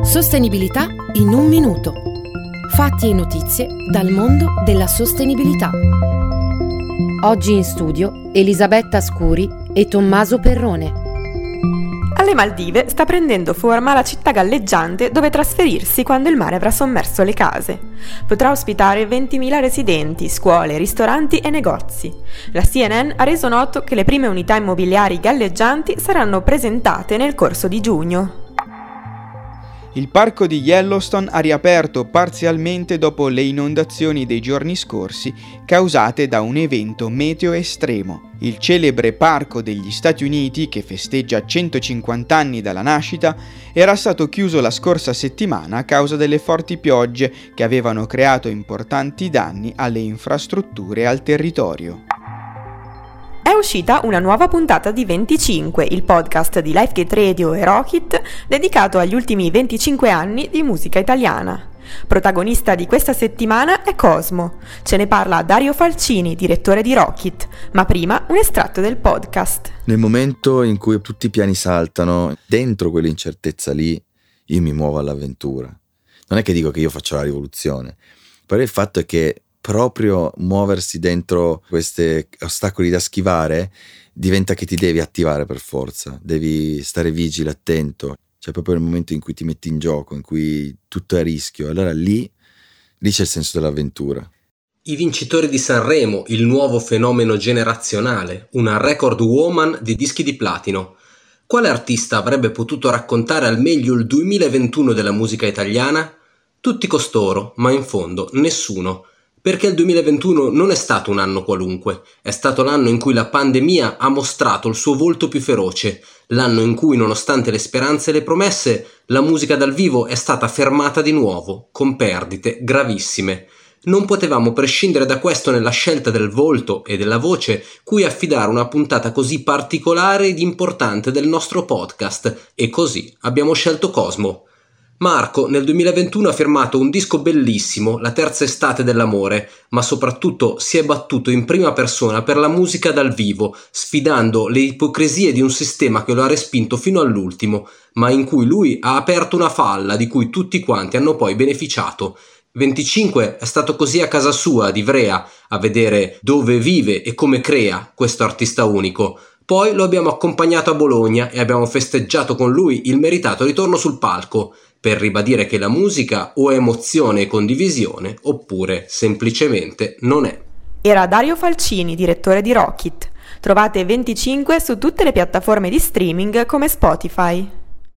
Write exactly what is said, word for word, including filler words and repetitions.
Sostenibilità in un minuto. Fatti e notizie dal mondo della sostenibilità. Oggi in studio Elisabetta Scuri e Tommaso Perrone. Alle Maldive sta prendendo forma la città galleggiante dove trasferirsi quando il mare avrà sommerso le case. Potrà ospitare ventimila residenti, scuole, ristoranti e negozi. La C N N ha reso noto che le prime unità immobiliari galleggianti saranno presentate nel corso di giugno. Il parco di Yellowstone ha riaperto parzialmente dopo le inondazioni dei giorni scorsi causate da un evento meteo estremo. Il celebre parco degli Stati Uniti, che festeggia centocinquanta anni dalla nascita, era stato chiuso la scorsa settimana a causa delle forti piogge che avevano creato importanti danni alle infrastrutture e al territorio. È uscita una nuova puntata di venticinque, il podcast di Lifegate Radio e Rockit, dedicato agli ultimi venticinque anni di musica italiana. Protagonista di questa settimana è Cosmo. Ce ne parla Dario Falcini, direttore di Rockit, ma prima un estratto del podcast. Nel momento in cui tutti i piani saltano, dentro quell'incertezza lì, io mi muovo all'avventura. Non è che dico che io faccio la rivoluzione, però il fatto è che proprio muoversi dentro questi ostacoli da schivare diventa che ti devi attivare per forza, devi stare vigile, attento, cioè proprio nel momento in cui ti metti in gioco, in cui tutto è a rischio, allora lì, lì c'è il senso dell'avventura. I vincitori di Sanremo, il nuovo fenomeno generazionale, una record woman di dischi di platino. Quale artista avrebbe potuto raccontare al meglio il duemilaventuno della musica italiana? Tutti costoro, ma in fondo nessuno. Perché il duemilaventuno non è stato un anno qualunque, è stato l'anno in cui la pandemia ha mostrato il suo volto più feroce, l'anno in cui, nonostante le speranze e le promesse, la musica dal vivo è stata fermata di nuovo, con perdite gravissime. Non potevamo prescindere da questo nella scelta del volto e della voce cui affidare una puntata così particolare ed importante del nostro podcast, e così abbiamo scelto Cosmo. Marco nel duemilaventuno ha firmato un disco bellissimo, La terza estate dell'amore, ma soprattutto si è battuto in prima persona per la musica dal vivo, sfidando le ipocrisie di un sistema che lo ha respinto fino all'ultimo, ma in cui lui ha aperto una falla di cui tutti quanti hanno poi beneficiato. venticinque è stato così a casa sua, ad Ivrea, a vedere dove vive e come crea questo artista unico. Poi lo abbiamo accompagnato a Bologna e abbiamo festeggiato con lui il meritato ritorno sul palco, per ribadire che la musica o è emozione e condivisione, oppure semplicemente non è. Era Dario Falcini, direttore di Rockit. Trovate venticinque su tutte le piattaforme di streaming come Spotify.